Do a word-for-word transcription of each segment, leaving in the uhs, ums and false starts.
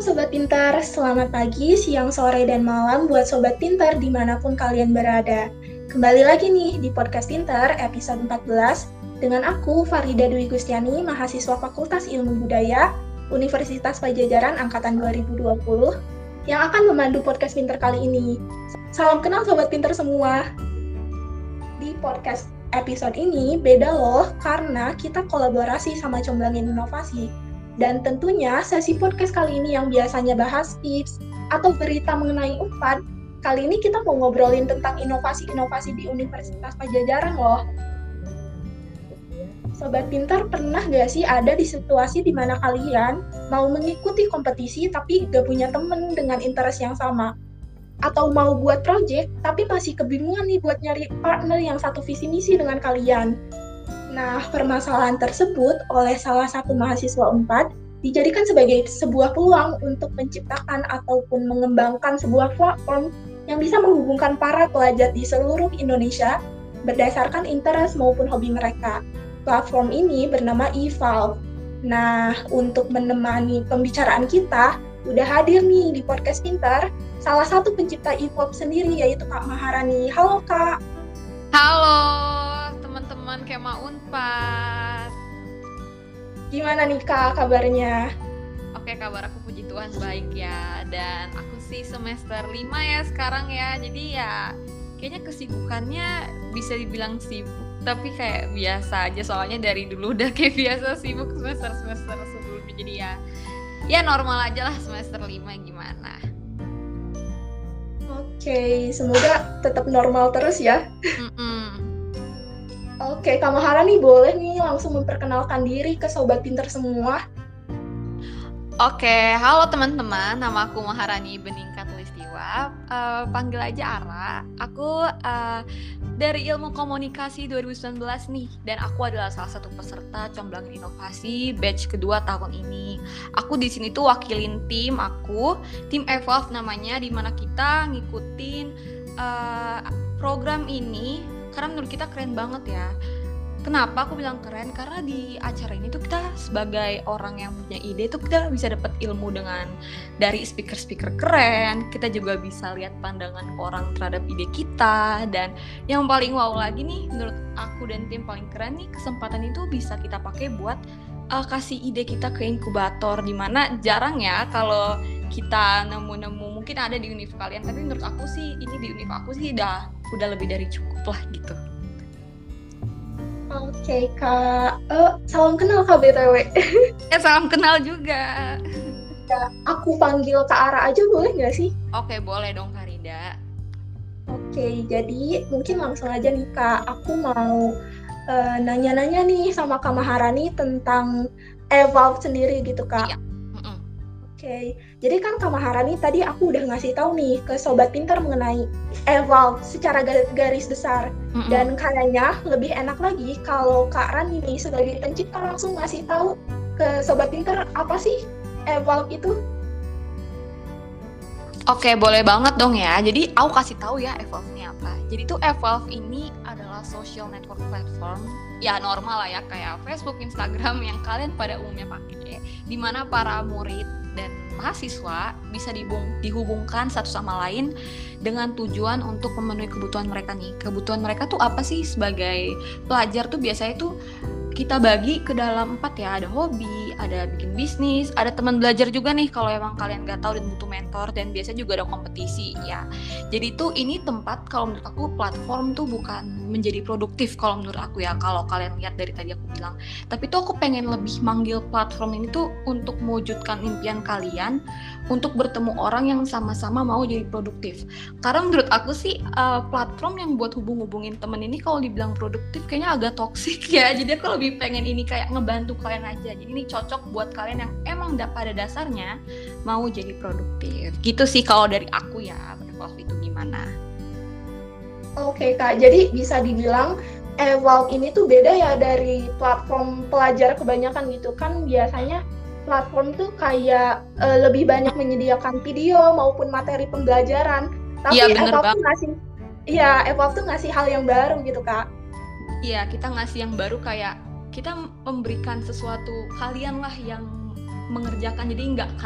Sobat Pintar, selamat pagi, siang, sore, dan malam buat Sobat Pintar dimanapun kalian berada. Kembali lagi nih di Podcast Pintar episode empat belas dengan aku, Farida Dwi Gustiani, mahasiswa Fakultas Ilmu Budaya, Universitas Padjadjaran Angkatan dua ribu dua puluh, yang akan memandu Podcast Pintar kali ini. Salam kenal Sobat Pintar semua. Di podcast episode ini beda loh, karena kita kolaborasi sama Comblangin Inovasi. Dan tentunya sesi podcast kali ini yang biasanya bahas tips atau berita mengenai Unpad, kali ini kita mau ngobrolin tentang inovasi-inovasi di Universitas Padjadjaran loh. Sobat Pintar, pernah gak sih ada di situasi di mana kalian mau mengikuti kompetisi tapi gak punya temen dengan interest yang sama? Atau mau buat project tapi masih kebingungan nih buat nyari partner yang satu visi misi dengan kalian? Nah, permasalahan tersebut oleh salah satu mahasiswa Unpad dijadikan sebagai sebuah peluang untuk menciptakan ataupun mengembangkan sebuah platform yang bisa menghubungkan para pelajar di seluruh Indonesia berdasarkan interest maupun hobi mereka. Platform ini bernama eValve. Nah, untuk menemani pembicaraan kita, udah hadir nih di Podcast Pintar salah satu pencipta eValve sendiri, yaitu Kak Maharani. Halo, Kak. Halo teman-teman Kema Unpad. Gimana nih Kak kabarnya? Oke, kabar aku puji Tuhan baik ya. Dan aku sih semester lima ya sekarang ya. Jadi ya kayaknya kesibukannya bisa dibilang sibuk, tapi kayak biasa aja, soalnya dari dulu udah kayak biasa sibuk semester-semester sebelumnya. Jadi ya ya normal aja lah semester lima gimana. Oke, semoga tetap normal terus ya. Mm-mm. Oke, Kak Maharani boleh nih langsung memperkenalkan diri ke Sobat Pintar semua. Oke, halo teman-teman, nama aku Maharani Beningkat Listiwa, uh, panggil aja Ara. Aku uh, dari Ilmu Komunikasi dua ribu sembilan belas nih, dan aku adalah salah satu peserta Comblangin Inovasi batch kedua tahun ini. Aku di sini tuh wakilin tim aku, tim eValve namanya, di mana kita ngikutin uh, program ini karena menurut kita keren banget ya. Kenapa aku bilang keren? Karena di acara ini tuh kita sebagai orang yang punya ide tuh kita bisa dapat ilmu dengan dari speaker-speaker keren. Kita juga bisa lihat pandangan orang terhadap ide kita. Dan yang paling wow lagi nih, menurut aku dan tim paling keren nih, kesempatan itu bisa kita pakai buat uh, kasih ide kita ke inkubator. Dimana jarang ya kalau kita nemu-nemu, mungkin ada di univ kalian, tapi menurut aku sih ini di univ aku sih udah udah lebih dari cukup lah gitu. Oke Kak, uh, salam kenal Kak B T W. Ya salam kenal juga. Ya, aku panggil Kak Ara aja boleh nggak sih? Oke, boleh dong Farida. Oke, jadi mungkin langsung aja nih Kak, aku mau uh, nanya-nanya nih sama Kak Maharani tentang eValve sendiri gitu Kak. Iya. Mm-mm. Oke, jadi kan Kak Maharani tadi aku udah ngasih tahu nih ke Sobat Pintar mengenai eValve secara garis besar. Mm-mm. Dan kayaknya lebih enak lagi kalau Kak Rani nih sebagai pencipta langsung ngasih tahu ke Sobat Pintar apa sih eValve itu. Oke, boleh banget dong ya. Jadi aku kasih tahu ya eValve ini apa. Jadi tuh eValve ini adalah social network platform. Ya normal lah ya, kayak Facebook, Instagram yang kalian pada umumnya pakai. Di mana para murid dan mahasiswa bisa dihubung, dihubungkan satu sama lain dengan tujuan untuk memenuhi kebutuhan mereka nih. Kebutuhan mereka tuh apa sih sebagai pelajar tuh biasanya tuh kita bagi ke dalam empat ya, ada hobi, ada bikin bisnis, ada teman belajar juga nih kalau emang kalian nggak tahu dan butuh mentor, dan biasa juga ada kompetisi ya. Jadi tuh ini tempat, kalau menurut aku platform tuh bukan menjadi produktif kalau menurut aku ya, kalau kalian lihat dari tadi aku bilang. Tapi tuh aku pengen lebih manggil platform ini tuh untuk mewujudkan impian kalian untuk bertemu orang yang sama-sama mau jadi produktif. Karena menurut aku sih uh, platform yang buat hubung-hubungin temen ini kalau dibilang produktif kayaknya agak toksik ya. Jadi aku lebih pengen ini kayak ngebantu kalian aja. Jadi ini cocok buat kalian yang emang pada dasarnya mau jadi produktif. Gitu sih kalau dari aku ya. eValve itu gimana? Oke Kak, jadi bisa dibilang eValve ini tuh beda ya dari platform pelajar kebanyakan gitu kan. Biasanya platform tuh kayak uh, lebih banyak menyediakan video maupun materi pembelajaran. Tapi ya, eValve tuh ngasih, iya eValve tuh ngasih hal yang baru gitu Kak. Iya, kita ngasih yang baru, kayak kita memberikan sesuatu kalian lah yang mengerjakan, jadi nggak kayak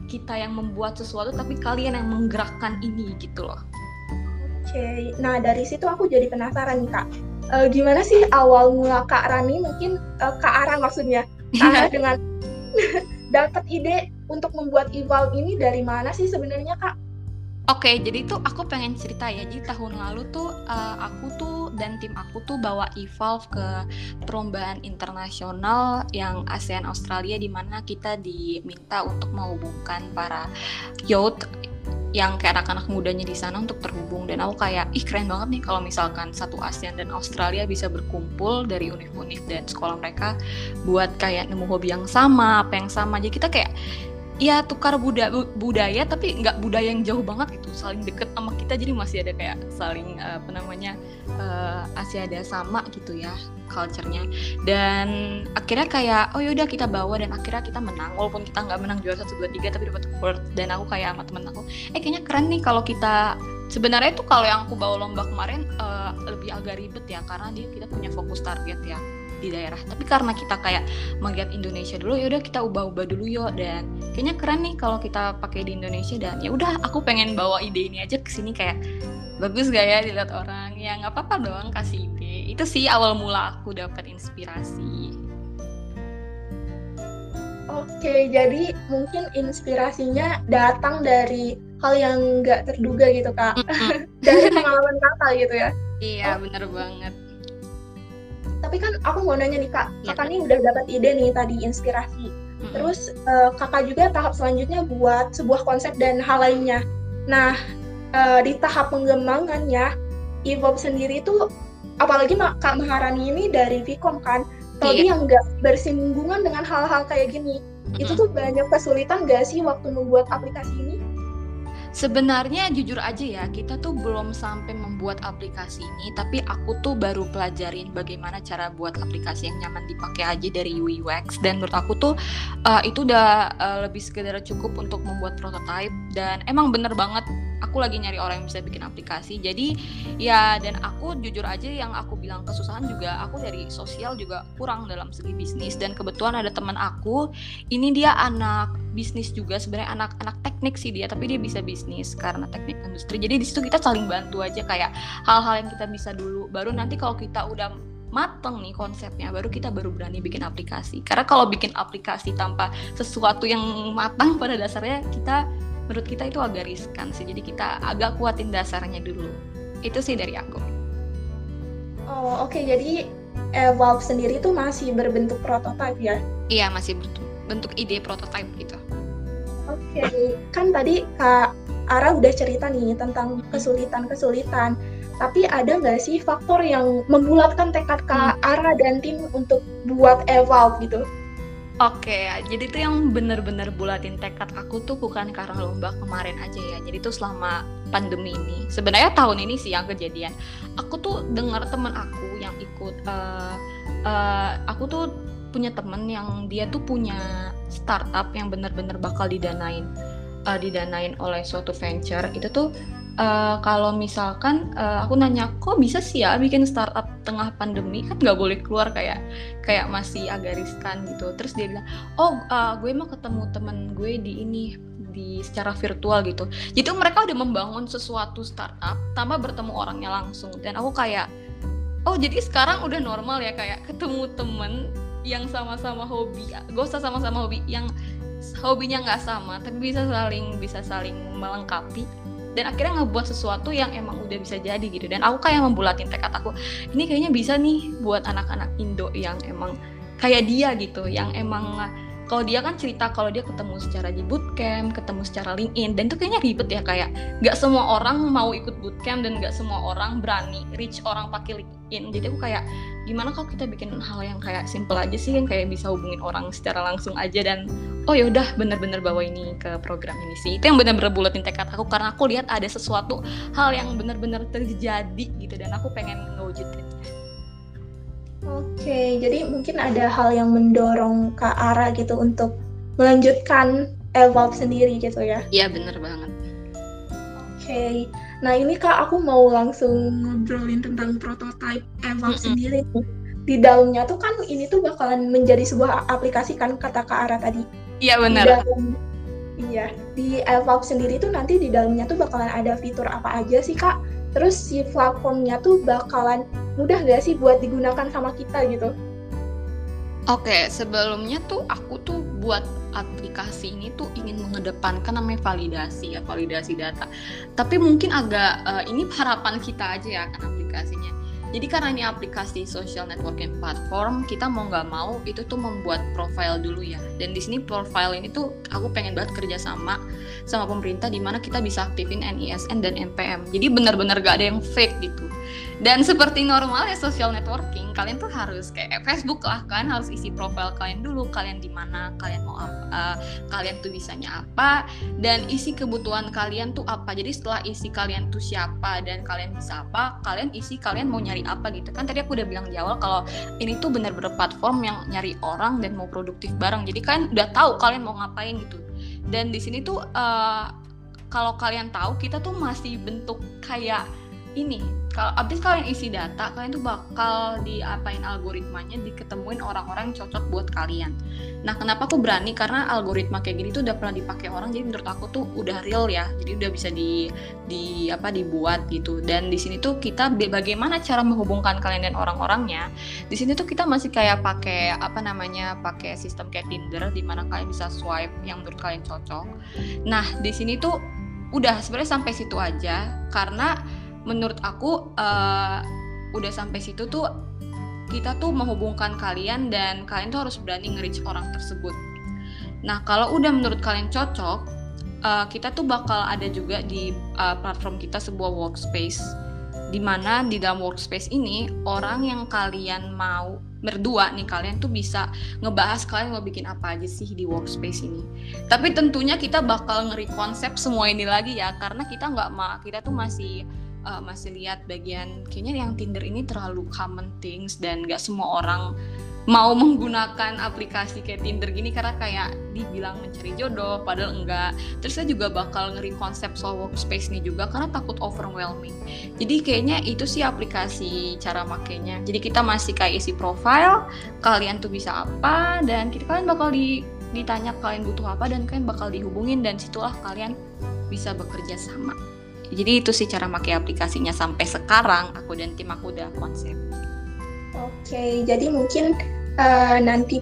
kita yang membuat sesuatu, tapi kalian yang menggerakkan ini gitu loh. Oke, okay. Nah dari situ aku jadi penasaran nih Kak, uh, gimana sih awal mula Kak Rani, mungkin uh, Kak Ara maksudnya, Kak Ara dengan dapat ide untuk membuat Evolve ini dari mana sih sebenarnya Kak? Oke, okay, jadi tuh aku pengen cerita ya. Jadi tahun lalu tuh uh, aku tuh dan tim aku tuh bawa Evolve ke perlombaan internasional yang ASEAN Australia, di mana kita diminta untuk menghubungkan para youth yang kayak anak-anak mudanya di sana untuk terhubung. Dan aku kayak, ih keren banget nih kalau misalkan satu ASEAN dan Australia bisa berkumpul dari univ-univ dan sekolah mereka buat kayak nemu hobi yang sama, apa yang sama. Jadi kita kayak ya tukar budaya, budaya tapi nggak budaya yang jauh banget gitu, saling deket sama kita, jadi masih ada kayak saling uh, apa namanya uh, masih ada sama gitu ya culture-nya. Dan akhirnya kayak oh yaudah kita bawa, dan akhirnya kita menang, walaupun kita nggak menang juara satu dua tiga tapi dapat award. Dan aku kayak sama temen aku, eh kayaknya keren nih kalau kita, sebenarnya itu kalau yang aku bawa lomba kemarin uh, lebih agak ribet ya, karena dia kita punya fokus target ya di daerah, tapi karena kita kayak melihat Indonesia dulu, ya udah kita ubah-ubah dulu yuk, dan kayaknya keren nih kalau kita pakai di Indonesia. Dan ya udah aku pengen bawa ide ini aja ke sini, kayak bagus gak ya dilihat orang, ya nggak apa-apa doang kasih ide. Itu sih awal mula aku dapat inspirasi. Oke, jadi mungkin inspirasinya datang dari hal yang nggak terduga gitu Kak, mm-hmm. dari pengalaman Kakak gitu ya. Iya, oh. Bener banget. Tapi kan aku mau nanya nih Kak, ya, Kakak nih udah dapat ide nih tadi, inspirasi. Mm-hmm. Terus uh, Kakak juga tahap selanjutnya buat sebuah konsep dan hal lainnya. Nah, uh, di tahap pengembangannya, Evolve sendiri itu, apalagi Kak Maharani ini dari Vkom kan, tadi yeah. yang nggak bersinggungan dengan hal-hal kayak gini. Mm-hmm. Itu tuh banyak kesulitan nggak sih waktu membuat aplikasi ini? Sebenarnya jujur aja ya, kita tuh belum sampai membuat aplikasi ini, tapi aku tuh baru pelajarin bagaimana cara buat aplikasi yang nyaman dipakai aja dari U I U X. Dan menurut aku tuh uh, itu udah uh, lebih sekedar cukup untuk membuat prototype. Dan emang bener banget, aku lagi nyari orang yang bisa bikin aplikasi. Jadi ya, dan aku jujur aja yang aku bilang kesusahan juga, aku dari sosial juga kurang dalam segi bisnis. Dan kebetulan ada teman aku, ini dia anak bisnis juga, sebenarnya anak-anak teknik sih dia, tapi dia bisa bisnis karena teknik industri. Jadi di situ kita saling bantu aja, kayak hal-hal yang kita bisa dulu, baru nanti kalau kita udah mateng nih konsepnya, baru kita baru berani bikin aplikasi. Karena kalau bikin aplikasi tanpa sesuatu yang matang pada dasarnya, kita menurut kita itu agak riskan sih. Jadi kita agak kuatin dasarnya dulu. Itu sih dari aku. Oh oke, okay. Jadi Evolve sendiri tuh masih berbentuk prototype ya? Iya, masih bentuk bentuk ide prototype gitu. Oke, okay. Kan tadi Kak Ara udah cerita nih tentang kesulitan-kesulitan, tapi ada nggak sih faktor yang membulatkan tekad Kak hmm. Ara dan tim untuk buat Evolve gitu? Oke, okay, jadi tuh yang bener-bener bulatin tekad aku tuh bukan karena lomba kemarin aja ya. Jadi tuh selama pandemi ini, sebenarnya tahun ini sih yang kejadian. Aku tuh dengar teman aku yang ikut, uh, uh, aku tuh punya temen yang dia tuh punya startup yang bener-bener bakal didanain, uh, didanain oleh suatu venture. Itu tuh Uh, kalau misalkan uh, aku nanya, kok bisa sih ya bikin startup tengah pandemi, kan nggak boleh keluar, kayak kayak masih agak riskan gitu. Terus dia bilang, oh uh, gue mau ketemu temen gue di ini di secara virtual gitu. Jadi mereka udah membangun sesuatu startup tanpa bertemu orangnya langsung. Dan aku kayak, oh jadi sekarang udah normal ya kayak ketemu temen yang sama-sama hobi, gak usah sama-sama hobi, yang hobinya nggak sama tapi bisa saling bisa saling melengkapi. Dan akhirnya ngebuat sesuatu yang emang udah bisa jadi gitu. Dan aku kayak membulatin tekad aku, ini kayaknya bisa nih buat anak-anak Indo yang emang kayak dia gitu, yang emang kalau dia kan cerita kalau dia ketemu secara di bootcamp, ketemu secara LinkedIn, dan itu kayaknya ribet ya, kayak nggak semua orang mau ikut bootcamp dan nggak semua orang berani reach orang pakai LinkedIn. Jadi aku kayak, gimana kalau kita bikin hal yang kayak simple aja sih, yang kayak bisa hubungin orang secara langsung aja. Dan oh ya udah, bener-bener bawa ini ke program ini sih. Itu yang bener-bener bulatin tekad aku, karena aku lihat ada sesuatu hal yang bener-bener terjadi gitu, dan aku pengen ngewujudin. Oke, jadi mungkin ada hal yang mendorong Kak Ara gitu untuk melanjutkan Evolve sendiri gitu ya? Iya, bener banget. Oke, nah ini Kak, aku mau langsung ngobrolin tentang prototype Evolve mm-hmm. sendiri. Di dalamnya tuh kan ini tuh bakalan menjadi sebuah aplikasi kan, kata Kak Ara tadi. Iya benar. Iya, di Evolve sendiri tuh nanti di dalamnya tuh bakalan ada fitur apa aja sih Kak? Terus si platformnya tuh bakalan mudah nggak sih buat digunakan sama kita gitu? Oke, sebelumnya tuh aku tuh buat aplikasi ini tuh ingin mengedepankan namanya validasi ya, validasi data. Tapi mungkin agak uh, ini harapan kita aja ya kan aplikasinya. Jadi karena ini aplikasi social networking platform, kita mau nggak mau itu tuh membuat profile dulu ya. Dan di sini profile ini tuh aku pengen banget kerja sama sama pemerintah di mana kita bisa aktifin N I S N dan N P M. Jadi benar-benar gak ada yang fake gitu. Dan seperti normal ya social networking, kalian tuh harus kayak Facebook lah kan, harus isi profile kalian dulu, kalian di mana, kalian mau apa, uh, kalian tuh bisanya apa, dan isi kebutuhan kalian tuh apa. Jadi setelah isi kalian tuh siapa dan kalian bisa apa, kalian isi kalian mau nyari apa gitu kan. Tadi aku udah bilang di awal kalau ini tuh benar-benar platform yang nyari orang dan mau produktif bareng. Jadi kan udah tahu kalian mau ngapain gitu. Dan di sini tuh uh, kalau kalian tahu kita tuh masih bentuk kayak ini, kalau abis kalian isi data, kalian tuh bakal diapain algoritmanya, diketemuin orang-orang yang cocok buat kalian. Nah, kenapa aku berani? Karena algoritma kayak gini tuh udah pernah dipakai orang, jadi menurut aku tuh udah real ya. Jadi udah bisa di di apa dibuat gitu. Dan di sini tuh kita bagaimana cara menghubungkan kalian dan orang-orangnya. Di sini tuh kita masih kayak pakai apa namanya? pakai sistem kayak Tinder di mana kalian bisa swipe yang menurut kalian cocok. Nah, di sini tuh udah sebenarnya sampai situ aja karena menurut aku uh, udah sampai situ tuh kita tuh menghubungkan kalian dan kalian tuh harus berani nge-reach orang tersebut. Nah kalau udah menurut kalian cocok, uh, kita tuh bakal ada juga di uh, platform kita sebuah workspace, dimana di dalam workspace ini orang yang kalian mau berdua nih, kalian tuh bisa ngebahas kalian mau bikin apa aja sih di workspace ini. Tapi tentunya kita bakal nge-reconsep semua ini lagi ya, karena kita nggak ma kita tuh masih Uh, masih lihat bagian kayaknya yang Tinder ini terlalu common things dan gak semua orang mau menggunakan aplikasi kayak Tinder gini karena kayak dibilang mencari jodoh padahal enggak. Terus saya juga bakal ngeri konsep soal workspace ini juga karena takut overwhelming. Jadi kayaknya itu sih aplikasi cara makainya. Jadi kita masih kayak isi profile, kalian tuh bisa apa dan kita kalian bakal di, ditanya kalian butuh apa dan kalian bakal dihubungin dan situlah kalian bisa bekerja sama. Jadi itu sih cara pakai aplikasinya sampai sekarang aku dan tim aku udah konsep. Oke, jadi mungkin uh, nanti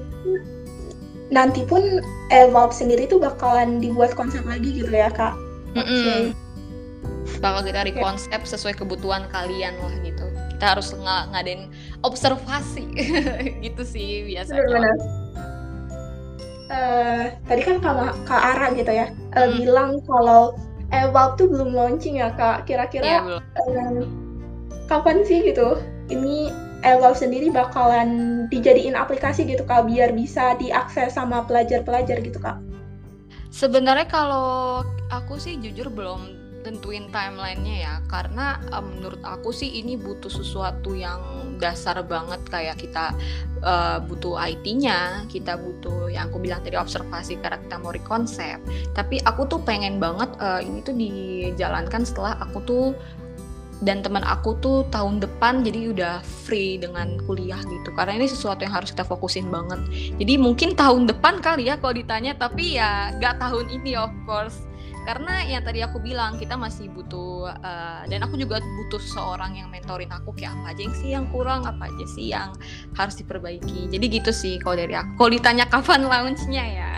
nanti pun Evolve sendiri tuh bakalan dibuat konsep lagi gitu ya Kak. Oke. Okay. Bakal kita rekonsep sesuai kebutuhan kalian lah gitu. Kita harus ng- ngadain observasi gitu sih biasanya. Benar-benar. Uh, tadi kan Kak, Kak Ara gitu ya uh, hmm. bilang kalau Evolve tuh belum launching ya Kak, kira-kira yeah, um, kapan sih gitu ini Evolve sendiri bakalan dijadiin aplikasi gitu Kak, biar bisa diakses sama pelajar-pelajar gitu Kak? Sebenarnya kalau aku sih jujur belum tentuin timelinenya ya, karena um, menurut aku sih ini butuh sesuatu yang dasar banget, kayak kita uh, butuh I T-nya, kita butuh yang aku bilang tadi observasi karena kita mau rekonsep. Tapi aku tuh pengen banget uh, ini tuh dijalankan setelah aku tuh dan teman aku tuh tahun depan jadi udah free dengan kuliah gitu, karena ini sesuatu yang harus kita fokusin banget. Jadi mungkin tahun depan kali ya kalau ditanya, tapi ya gak tahun ini of course. Karena yang tadi aku bilang kita masih butuh uh, dan aku juga butuh seseorang yang mentorin aku kayak apa aja yang sih yang kurang, apa aja sih yang harus diperbaiki. Jadi gitu sih kalau dari aku. Kalau ditanya kapan launch-nya ya.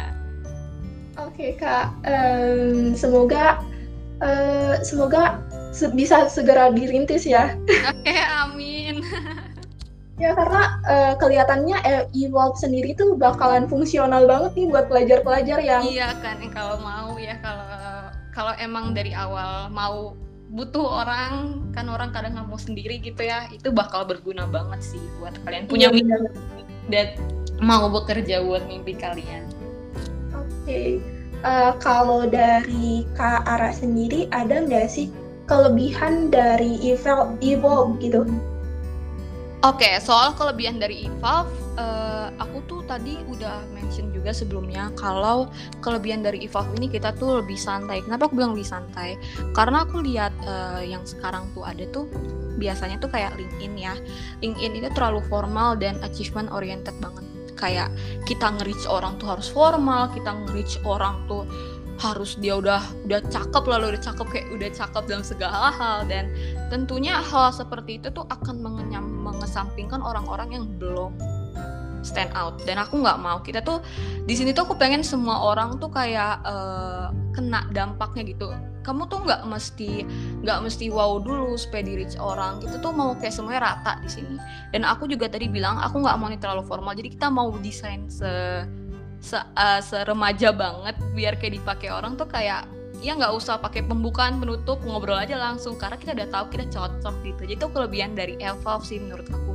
Oke okay, Kak, um, semoga uh, semoga se- bisa segera dirintis ya. Oke, okay, amin. Ya karena uh, kelihatannya Evolve sendiri tuh bakalan fungsional banget nih buat pelajar-pelajar yang iya kan, kalau mau ya, kalau kalau emang dari awal mau butuh orang, kan orang kadang nggak mau sendiri gitu ya, itu bakal berguna banget sih buat kalian punya iya, mimpi dan mau bekerja buat mimpi kalian. Oke, okay. uh, kalau dari Kak Ara sendiri ada nggak sih kelebihan dari Evolve, Evolve gitu? Oke, okay, soal kelebihan dari Evolve, uh, aku tuh tadi udah mention juga sebelumnya kalau kelebihan dari Evolve ini kita tuh lebih santai. Kenapa aku bilang lebih santai? Karena aku lihat uh, yang sekarang tuh ada tuh biasanya tuh kayak LinkedIn ya. LinkedIn itu terlalu formal dan achievement oriented banget. Kayak kita nge-reach orang tuh harus formal, kita nge-reach orang tuh harus dia udah udah cakep lalu udah cakep kayak udah cakep dalam segala hal, dan tentunya hal seperti itu tuh akan mengenyam, mengesampingkan orang-orang yang belum stand out. Dan aku nggak mau, kita tuh di sini tuh aku pengen semua orang tuh kayak uh, kena dampaknya gitu. Kamu tuh nggak mesti nggak mesti wow dulu supaya di reach orang, itu tuh mau kayak semuanya rata di sini. Dan aku juga tadi bilang aku nggak mau ini terlalu formal, jadi kita mau desain se se uh, seremaja banget biar kayak dipakai orang tuh kayak ya nggak usah pakai pembukaan penutup, ngobrol aja langsung karena kita udah tahu kita cocok gitu. Jadi itu kelebihan dari Evolve sih menurut aku.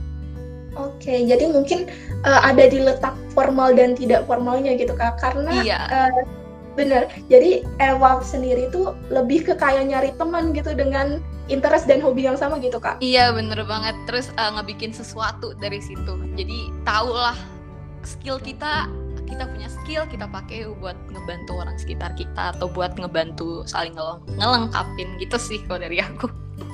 Oke, jadi mungkin uh, ada di letak formal dan tidak formalnya gitu Kak, karena iya. uh, bener, jadi Evolve sendiri tuh lebih ke kayak nyari teman gitu dengan interest dan hobi yang sama gitu Kak. Iya bener banget, terus uh, ngebikin sesuatu dari situ, jadi tau lah skill kita, kita punya skill kita pakai buat ngebantu orang sekitar kita atau buat ngebantu saling ngeleng- ngelengkapin gitu sih kalau dari aku.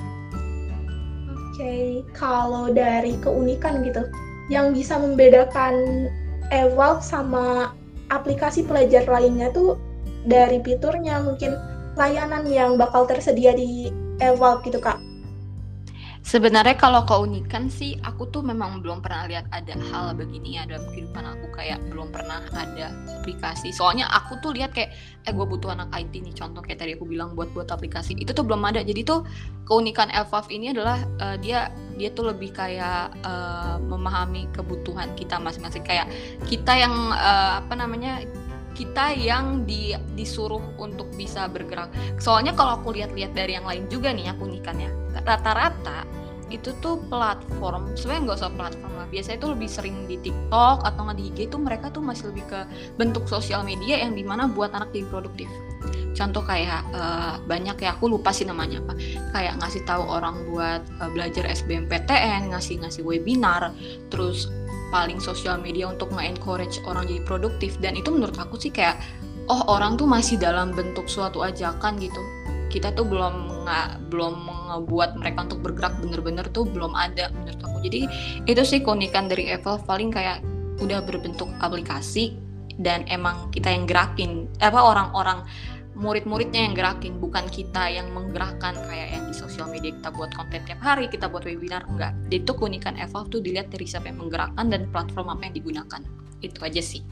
Oke, okay. Kalau dari keunikan gitu, yang bisa membedakan Evolve sama aplikasi pelajar lainnya tuh dari fiturnya, mungkin layanan yang bakal tersedia di Evolve gitu Kak. Sebenarnya kalau keunikan sih, aku tuh memang belum pernah lihat ada hal begini ya dalam kehidupan aku, kayak belum pernah ada aplikasi. Soalnya aku tuh lihat kayak, eh gue butuh anak I T nih, contoh kayak tadi aku bilang buat buat aplikasi, itu tuh belum ada. Jadi tuh keunikan Evolve ini adalah uh, dia dia tuh lebih kayak uh, memahami kebutuhan kita masing-masing, kayak kita yang uh, apa namanya kita yang di, disuruh untuk bisa bergerak. Soalnya kalau aku lihat-lihat dari yang lain juga nih, aku unikannya rata-rata itu tuh platform, sebenarnya nggak usah platform lah, biasanya itu lebih sering di TikTok atau nggak di I G, itu mereka tuh masih lebih ke bentuk sosial media yang dimana buat anak jadi produktif. Contoh kayak uh, banyak ya, aku lupa sih namanya apa, kayak ngasih tahu orang buat uh, belajar S B M P T N, ngasih ngasih webinar, terus paling sosial media untuk nge-encourage orang jadi produktif. Dan itu menurut aku sih kayak, oh orang tuh masih dalam bentuk suatu ajakan gitu, kita tuh belum nggak belum ngebuat mereka untuk bergerak bener-bener tuh belum ada menurut aku. Jadi itu sih keunikan dari Evolve, paling kayak udah berbentuk aplikasi dan emang kita yang gerakin, apa orang-orang murid-muridnya yang gerakin, bukan kita yang menggerakkan kayak yang di sosial media kita buat konten tiap hari, kita buat webinar, enggak. Jadi itu keunikan Evolve tuh dilihat dari siapa yang menggerakkan dan platform apa yang digunakan. Itu aja sih.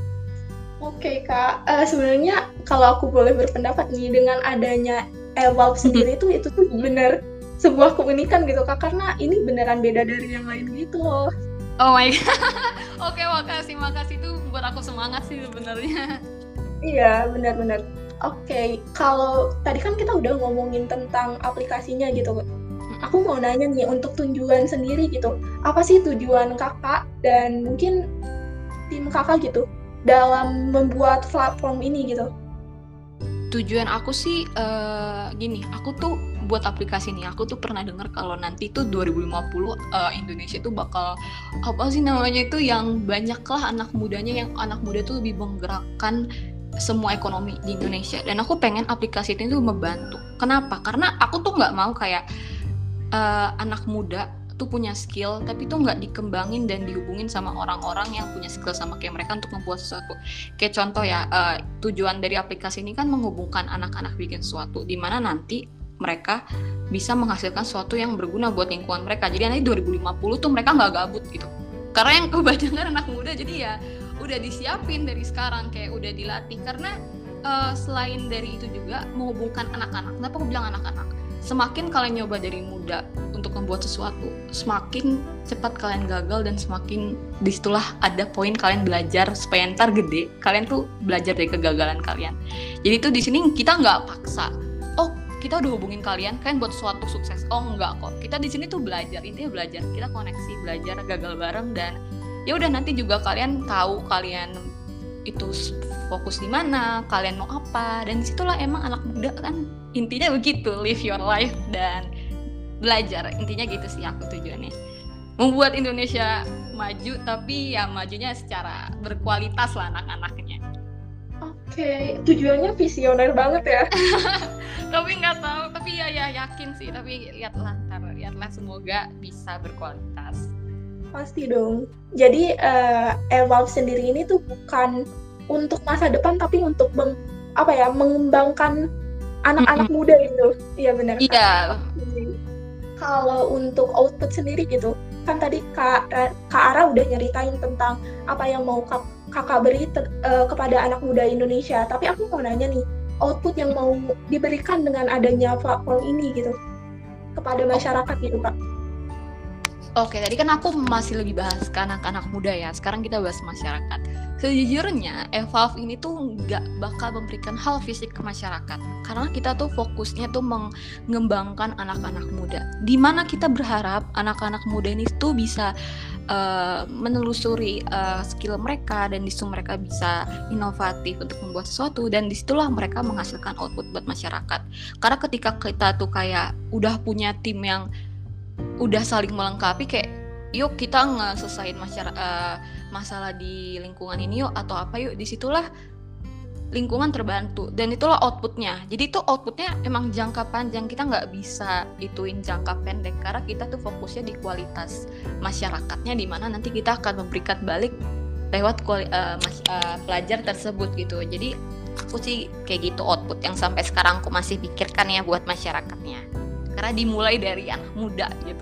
Oke Kak, uh, sebenarnya kalau aku boleh berpendapat nih, dengan adanya Evolve sendiri tuh itu tuh benar sebuah keunikan gitu Kak, karena ini beneran beda dari yang lain gitu loh. Oh my god. Oke, makasih, makasih tuh buat aku semangat sih sebenarnya. Iya, benar-benar. Oke, kalau tadi kan kita udah ngomongin tentang aplikasinya gitu. Aku mau nanya nih, untuk tujuan sendiri gitu, apa sih tujuan kakak dan mungkin tim kakak gitu dalam membuat platform ini gitu? Tujuan aku sih uh, gini, aku tuh buat aplikasi ini, aku tuh pernah dengar kalau nanti tuh dua ribu lima puluh uh, Indonesia tuh bakal apa sih namanya itu, yang banyak lah anak mudanya, yang anak muda tuh lebih menggerakkan semua ekonomi di Indonesia. Dan aku pengen aplikasi ini tuh membantu. Kenapa? Karena aku tuh nggak mau kayak uh, anak muda tuh punya skill tapi tuh nggak dikembangin dan dihubungin sama orang-orang yang punya skill sama kayak mereka untuk membuat sesuatu. Kayak contoh ya, uh, tujuan dari aplikasi ini kan menghubungkan anak-anak bikin sesuatu, dimana nanti mereka bisa menghasilkan sesuatu yang berguna buat lingkungan mereka. Jadi nanti dua ribu lima puluh tuh mereka nggak gabut gitu. Karena yang kebanyakan anak muda, jadi ya udah disiapin dari sekarang, kayak udah dilatih. Karena uh, selain dari itu juga menghubungkan anak-anak. Kenapa aku bilang anak-anak? Semakin kalian nyoba dari muda untuk membuat sesuatu, semakin cepat kalian gagal, dan semakin disitulah ada poin kalian belajar supaya ntar gede kalian tuh belajar dari kegagalan kalian. Jadi tuh di sini kita nggak paksa, oh kita udah hubungin kalian, kalian buat suatu sukses. Oh enggak kok, kita di sini tuh belajar, intinya belajar, kita koneksi, belajar, gagal bareng, dan ya udah nanti juga kalian tahu kalian itu fokus di mana, kalian mau apa, dan disitulah emang anak muda kan intinya begitu, live your life dan belajar, intinya gitu sih aku tujuannya, membuat Indonesia maju, tapi ya majunya secara berkualitas lah anak-anaknya. Oke, tujuannya visioner banget ya. Tapi nggak tahu, tapi ya ya yakin sih, tapi lihatlah ntar, lihatlah semoga bisa berkualitas. Pasti dong. Jadi uh, Evolve sendiri ini tuh bukan untuk masa depan, tapi untuk mem- apa ya, mengembangkan anak-anak muda gitu. Iya benar. Iya. Kalau untuk output sendiri gitu, kan tadi Kak, Kak Ara udah nyeritain tentang apa yang mau kak, kakak beri te, uh, kepada anak muda Indonesia. Tapi aku mau nanya nih, output yang mau diberikan dengan adanya platform ini gitu kepada masyarakat gitu Kak. Oke, tadi kan aku masih lebih bahas ke anak-anak muda ya. Sekarang kita bahas masyarakat. Sejujurnya, Evolve ini tuh nggak bakal memberikan hal fisik ke masyarakat. Karena kita tuh fokusnya tuh mengembangkan anak-anak muda. Dimana kita berharap anak-anak muda ini tuh bisa uh, menelusuri uh, skill mereka, dan disitu mereka bisa inovatif untuk membuat sesuatu, dan disitulah mereka menghasilkan output buat masyarakat. Karena ketika kita tuh kayak udah punya tim yang udah saling melengkapi, kayak yuk kita nge-selesain masyarakat uh, masalah di lingkungan ini yuk, atau apa yuk, disitulah lingkungan terbantu, dan itulah outputnya. Jadi itu outputnya emang jangka panjang, kita nggak bisa ituin jangka pendek, karena kita tuh fokusnya di kualitas masyarakatnya, dimana nanti kita akan memberikan balik lewat kuali, uh, mas, uh, pelajar tersebut gitu. Jadi aku sih kayak gitu output yang sampai sekarang aku masih pikirkan ya buat masyarakatnya, karena dimulai dari anak muda gitu.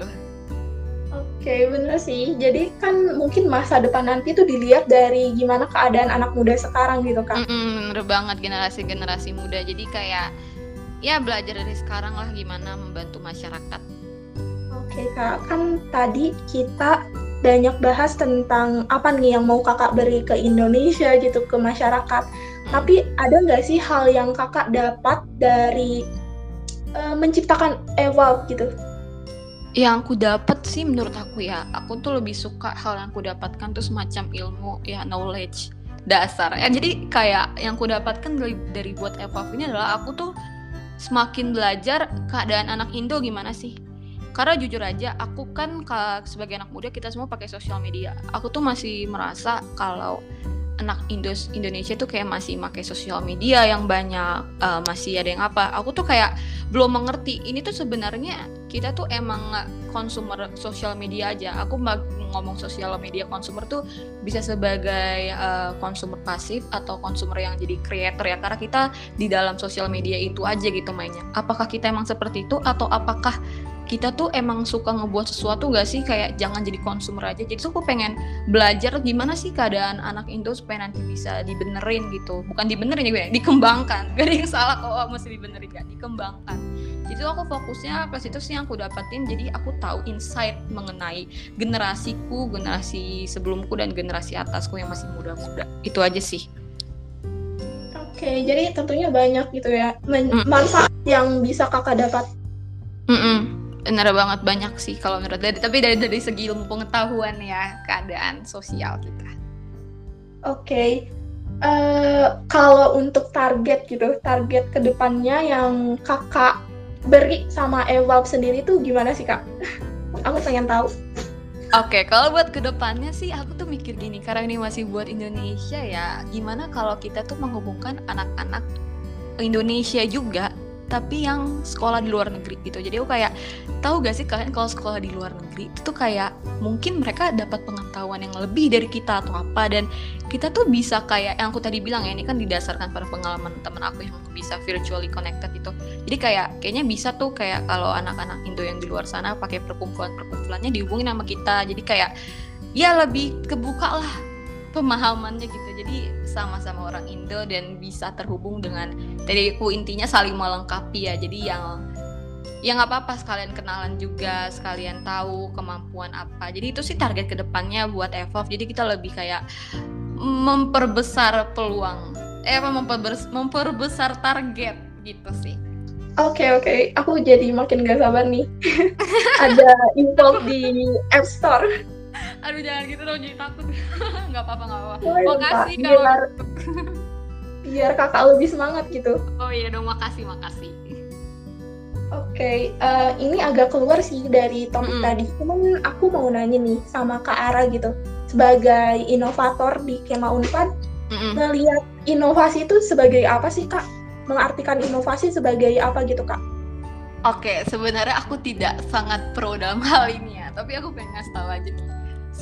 Oke, bener sih. Jadi kan mungkin masa depan nanti tuh dilihat dari gimana keadaan anak muda sekarang gitu Kak. Mm-mm, bener banget, generasi-generasi muda. Jadi kayak ya belajar dari sekarang lah gimana membantu masyarakat. Oke Kak, kan tadi kita banyak bahas tentang apa nih yang mau Kakak beri ke Indonesia gitu, ke masyarakat. Mm. Tapi ada nggak sih hal yang Kakak dapat dari uh, menciptakan Evolve gitu? Yang aku dapat sih menurut aku ya, aku tuh lebih suka hal yang aku dapatkan tuh semacam ilmu ya, knowledge dasar ya. Jadi kayak yang aku dapatkan dari, dari buat Evolve ini adalah aku tuh semakin belajar keadaan anak Indo gimana sih. Karena jujur aja aku kan sebagai anak muda, kita semua pakai sosial media. Aku tuh masih merasa kalau anak Indo Indonesia tuh kayak masih pakai sosial media yang banyak, uh, masih ada yang apa. Aku tuh kayak belum mengerti ini tuh sebenarnya kita tuh emang konsumer sosial media aja. Aku ngomong sosial media konsumer tuh bisa sebagai konsumer uh, pasif atau konsumer yang jadi creator ya, karena kita di dalam sosial media itu aja gitu mainnya. Apakah kita emang seperti itu, atau apakah kita tuh emang suka ngebuat sesuatu gak sih, kayak jangan jadi konsumer aja. Jadi aku pengen belajar gimana sih keadaan anak Indo supaya nanti bisa dibenerin gitu. Bukan dibenerin ya, dikembangkan. Gak ada yang salah kalau mesti dibenerin, gak, dikembangkan. Jadi aku fokusnya ke situ sih yang aku dapetin. Jadi aku tahu insight mengenai generasiku, generasi sebelumku, dan generasi atasku yang masih muda-muda. Itu aja sih. Oke, jadi tentunya banyak gitu ya men- mm. manfaat yang bisa Kakak dapat. Mm-mm. Benar banget, banyak sih kalau menurut dari, tapi dari dari segi ilmu pengetahuan ya, keadaan sosial kita. Oke, okay. uh, kalau untuk target gitu, target kedepannya yang Kakak beri sama Evolve sendiri tuh gimana sih Kak? Aku pengen tahu. Oke, okay, kalau buat kedepannya sih aku tuh mikir gini, karena ini masih buat Indonesia ya, gimana kalau kita tuh menghubungkan anak-anak Indonesia juga, tapi yang sekolah di luar negeri gitu. Jadi aku kayak, tahu gak sih kalian kalau sekolah di luar negeri itu tuh kayak mungkin mereka dapat pengetahuan yang lebih dari kita atau apa, dan kita tuh bisa kayak yang aku tadi bilang ya, ini kan didasarkan pada pengalaman temen aku yang bisa virtually connected itu. Jadi kayak kayaknya bisa tuh kayak kalau anak-anak Indo yang di luar sana pakai perkumpulan-perkumpulannya dihubungin sama kita. Jadi kayak ya lebih kebuka lah pemahamannya gitu. Jadi sama-sama orang Indo dan bisa terhubung dengan, tadi aku intinya saling melengkapi ya. Jadi yang ya nggak apa-apa, sekalian kenalan juga, sekalian tahu kemampuan apa. Jadi itu sih target kedepannya buat Evolve. Jadi kita lebih kayak memperbesar peluang, eh apa memperbesar, memperbesar target gitu sih. Oke okay, oke, okay. Aku jadi makin gak sabar nih. Ada Evolve di App Store. Aduh jangan gitu dong, jadi takut. Nggak apa-apa, nggak apa-apa. Oh, iya, makasih Pak. kalau biar, biar kakak lebih semangat gitu. Oh iya dong, makasih makasih. Oke, okay, uh, ini agak keluar sih dari topik mm-hmm. tadi. Cuman aku mau nanya nih sama Kak Ara gitu, sebagai inovator di Kema Unpad, mm-hmm. melihat inovasi itu sebagai apa sih Kak? Mengartikan inovasi sebagai apa gitu Kak? Oke, okay, sebenarnya aku tidak sangat pro dalam hal ini ya, tapi aku pengen ngasih tahu aja nih.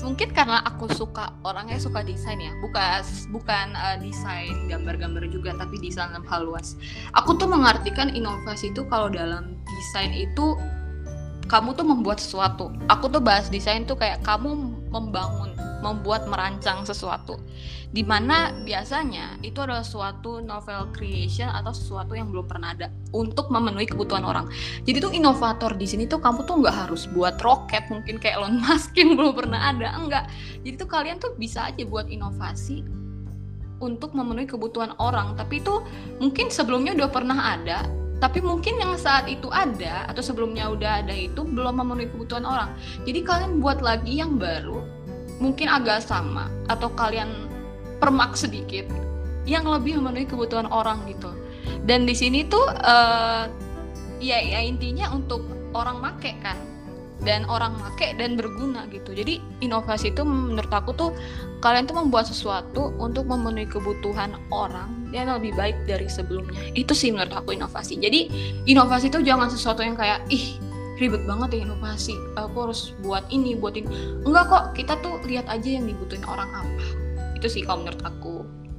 mungkin karena aku suka orangnya suka desain ya, bukan bukan uh, desain gambar-gambar juga, tapi desain dalam hal luas. Aku tuh mengartikan inovasi itu kalau dalam desain itu kamu tuh membuat sesuatu. Aku tuh bahas desain tuh kayak kamu membangun, membuat, merancang sesuatu. Dimana biasanya itu adalah suatu novel creation atau sesuatu yang belum pernah ada untuk memenuhi kebutuhan orang. Jadi tuh inovator di sini tuh kamu tuh nggak harus buat roket mungkin kayak Elon Musk yang belum pernah ada, enggak. Jadi tuh kalian tuh bisa aja buat inovasi untuk memenuhi kebutuhan orang, tapi itu mungkin sebelumnya udah pernah ada, tapi mungkin yang saat itu ada atau sebelumnya udah ada itu belum memenuhi kebutuhan orang. Jadi kalian buat lagi yang baru, mungkin agak sama atau kalian permak sedikit yang lebih memenuhi kebutuhan orang gitu. Dan di sini tuh uh, ya, ya intinya untuk orang make kan, dan orang make dan berguna gitu. Jadi inovasi itu menurut aku tuh kalian tuh membuat sesuatu untuk memenuhi kebutuhan orang yang lebih baik dari sebelumnya. Itu sih menurut aku inovasi. Jadi inovasi itu jangan sesuatu yang kayak ih ribet banget ya inovasi, aku harus buat ini, buat ini. Enggak kok, kita tuh lihat aja yang dibutuhin orang apa. Itu sih kalau menurut aku.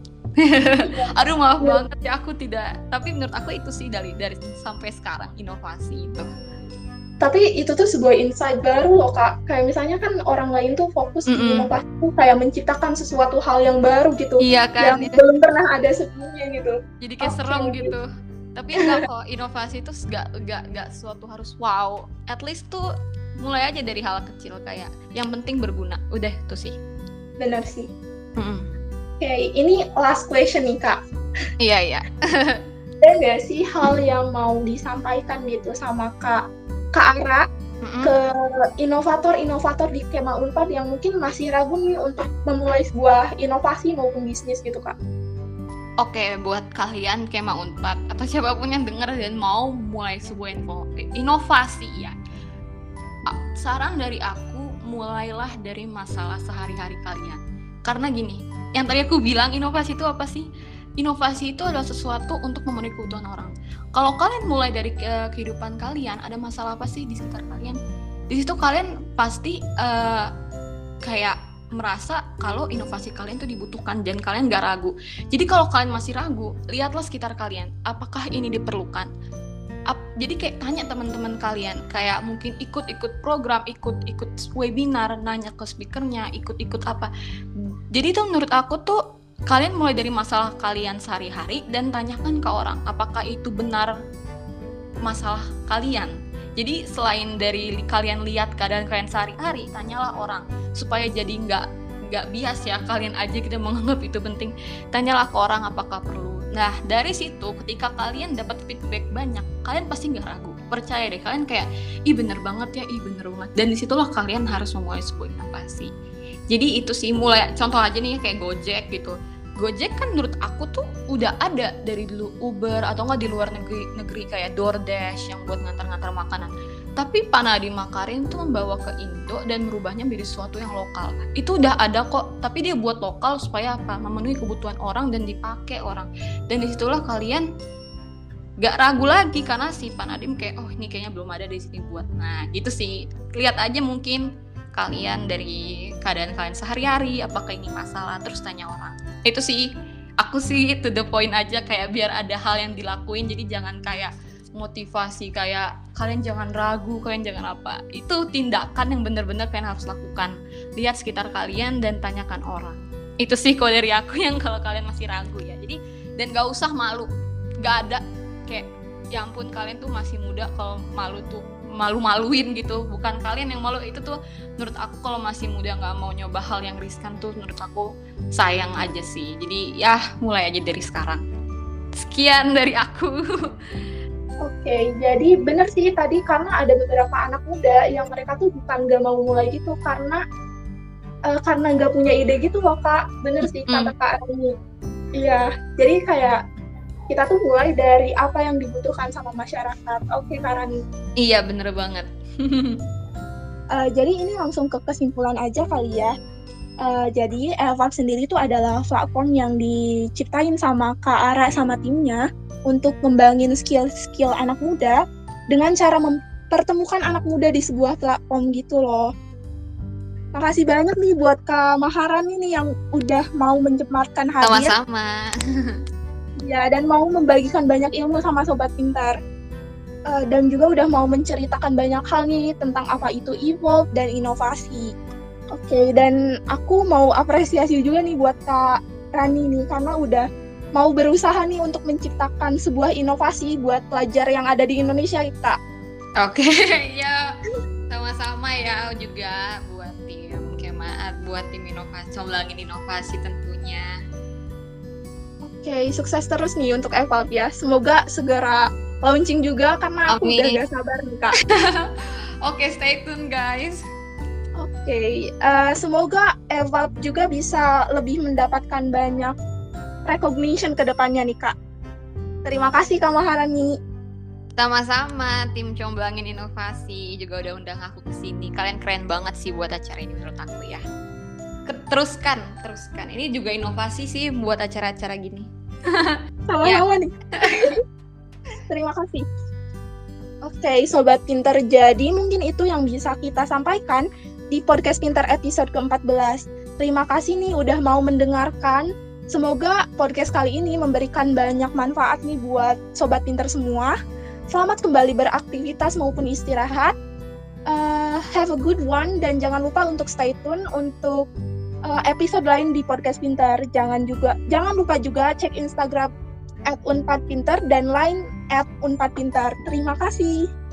Aduh maaf banget ya aku tidak, tapi menurut aku itu sih dari dari sampai sekarang inovasi itu. Tapi itu tuh sebuah insight baru loh Kak. Kayak misalnya kan orang lain tuh fokus Mm-mm. di inovasi tuh kayak menciptakan sesuatu hal yang baru gitu. Iya kan, yang ya. belum pernah ada sebelumnya gitu. Jadi kayak okay, serem gitu. gitu. Tapi enggak kok, inovasi itu enggak enggak enggak suatu harus wow. At least tuh mulai aja dari hal kecil kayak yang penting berguna. Udah tuh sih. Benar sih. Mm-mm. Oke, okay, ini last question nih Kak. Iya iya. Ada nggak sih hal yang mau disampaikan gitu sama Kak Kak Ara mm-hmm. ke inovator-inovator di Kema Unpad yang mungkin masih ragu nih untuk memulai sebuah inovasi maupun bisnis gitu Kak? Oke, buat kalian Kema Unpad atau siapapun yang dengar dan mau mulai sebuah inovasi ya, saran dari aku mulailah dari masalah sehari-hari kalian. Karena gini, yang tadi aku bilang inovasi itu apa sih? Inovasi itu adalah sesuatu untuk memenuhi kebutuhan orang. Kalau kalian mulai dari ke- kehidupan kalian, ada masalah apa sih di sekitar kalian? Di situ kalian pasti uh, kayak merasa kalau inovasi kalian itu dibutuhkan dan kalian gak ragu. Jadi kalau kalian masih ragu, lihatlah sekitar kalian. Apakah ini diperlukan? Ap- jadi kayak tanya teman-teman kalian, kayak mungkin ikut-ikut program, ikut-ikut webinar, nanya ke speakernya, ikut-ikut apa. Jadi itu menurut aku tuh kalian mulai dari masalah kalian sehari-hari dan tanyakan ke orang apakah itu benar masalah kalian. Jadi selain dari kalian lihat keadaan kalian sehari-hari, tanyalah orang supaya jadi nggak nggak bias ya kalian aja kita menganggap itu penting. Tanyalah ke orang apakah perlu. Nah dari situ ketika kalian dapat feedback banyak, kalian pasti nggak ragu. Percaya deh, kalian kayak ih bener banget ya, ih bener banget. Dan disitulah kalian harus memulai sebuah inovasi. Jadi itu sih mulai, contoh aja nih kayak Gojek gitu. Gojek kan menurut aku tuh udah ada dari dulu, Uber atau nggak di luar negeri negeri kayak DoorDash yang buat ngantar-ngantar makanan. Tapi Pak Nadiem Makarim tuh membawa ke Indo dan merubahnya menjadi sesuatu yang lokal. Itu udah ada kok, tapi dia buat lokal supaya apa? Memenuhi kebutuhan orang dan dipakai orang. Dan disitulah kalian gak ragu lagi karena si Pak Nadiem kayak oh ini kayaknya belum ada di sini buat. Nah gitu sih, lihat aja mungkin kalian dari keadaan kalian sehari-hari apakah ini masalah, terus tanya orang. Itu sih aku sih to the point aja, kayak biar ada hal yang dilakuin. Jadi jangan kayak motivasi kayak kalian jangan ragu, kalian jangan apa. Itu tindakan yang benar-benar kalian harus lakukan. Lihat sekitar kalian dan tanyakan orang. Itu sih kalau dari aku yang kalau kalian masih ragu ya. Jadi dan gak usah malu. Gak ada kayak ya ampun kalian tuh masih muda kalau malu tuh malu-maluin gitu. Bukan kalian yang malu, itu tuh menurut aku kalau masih muda gak mau nyoba hal yang riskan tuh menurut aku sayang aja sih. Jadi ya mulai aja dari sekarang. Sekian dari aku. Oke, jadi benar sih tadi karena ada beberapa anak muda yang mereka tuh bukan gak mau mulai gitu karena uh, karena gak punya ide gitu loh Kak. Bener sih kata mm. Kak Arni. Iya, jadi kayak kita tuh mulai dari apa yang dibutuhkan sama masyarakat. Oke Kak Arni. Iya bener banget. uh, jadi ini langsung ke kesimpulan aja kali ya. Uh, jadi Elfab sendiri itu adalah platform yang diciptain sama Kak Ara sama timnya untuk ngembangin skill-skill anak muda dengan cara mempertemukan anak muda di sebuah platform gitu loh. Makasih banyak nih buat Kak Maharani nih yang udah mau menyempatkan hadir. Sama-sama. Ya, dan mau membagikan banyak ilmu sama Sobat Pintar. Uh, dan juga udah mau menceritakan banyak hal nih tentang apa itu evolve dan inovasi. Oke, okay, dan aku mau apresiasi juga nih buat Kak Rani nih, karena udah mau berusaha nih untuk menciptakan sebuah inovasi buat pelajar yang ada di Indonesia, Kak. Oke, okay, ya sama-sama ya juga buat tim Kemaat, buat tim inovasi, Comblangin inovasi tentunya. Oke, okay, sukses terus nih untuk Evalve ya. Semoga segera launching juga karena aku Amin. Udah gak sabar nih, Kak. Oke, okay, stay tune guys. Oke, okay, uh, semoga Evalve juga bisa lebih mendapatkan banyak recognition ke depannya nih, Kak. Terima kasih Kak Maharani. Sama-sama, tim Comblangin Inovasi juga udah undang aku ke sini. Kalian keren banget sih buat acara ini menurut aku ya. Teruskan, teruskan. Ini juga inovasi sih buat acara-acara gini. Sama-sama ya. Nih. Terima kasih. Oke, okay, Sobat Pintar, jadi mungkin itu yang bisa kita sampaikan di Podcast Pintar episode keempat belas. Terima kasih nih udah mau mendengarkan. Semoga podcast kali ini memberikan banyak manfaat nih buat Sobat Pintar semua. Selamat kembali beraktivitas maupun istirahat. Uh, have a good one dan jangan lupa untuk stay tune untuk uh, episode lain di Podcast Pintar. Jangan juga jangan lupa juga cek Instagram at unpad pintar dan line at unpad pintar. Terima kasih.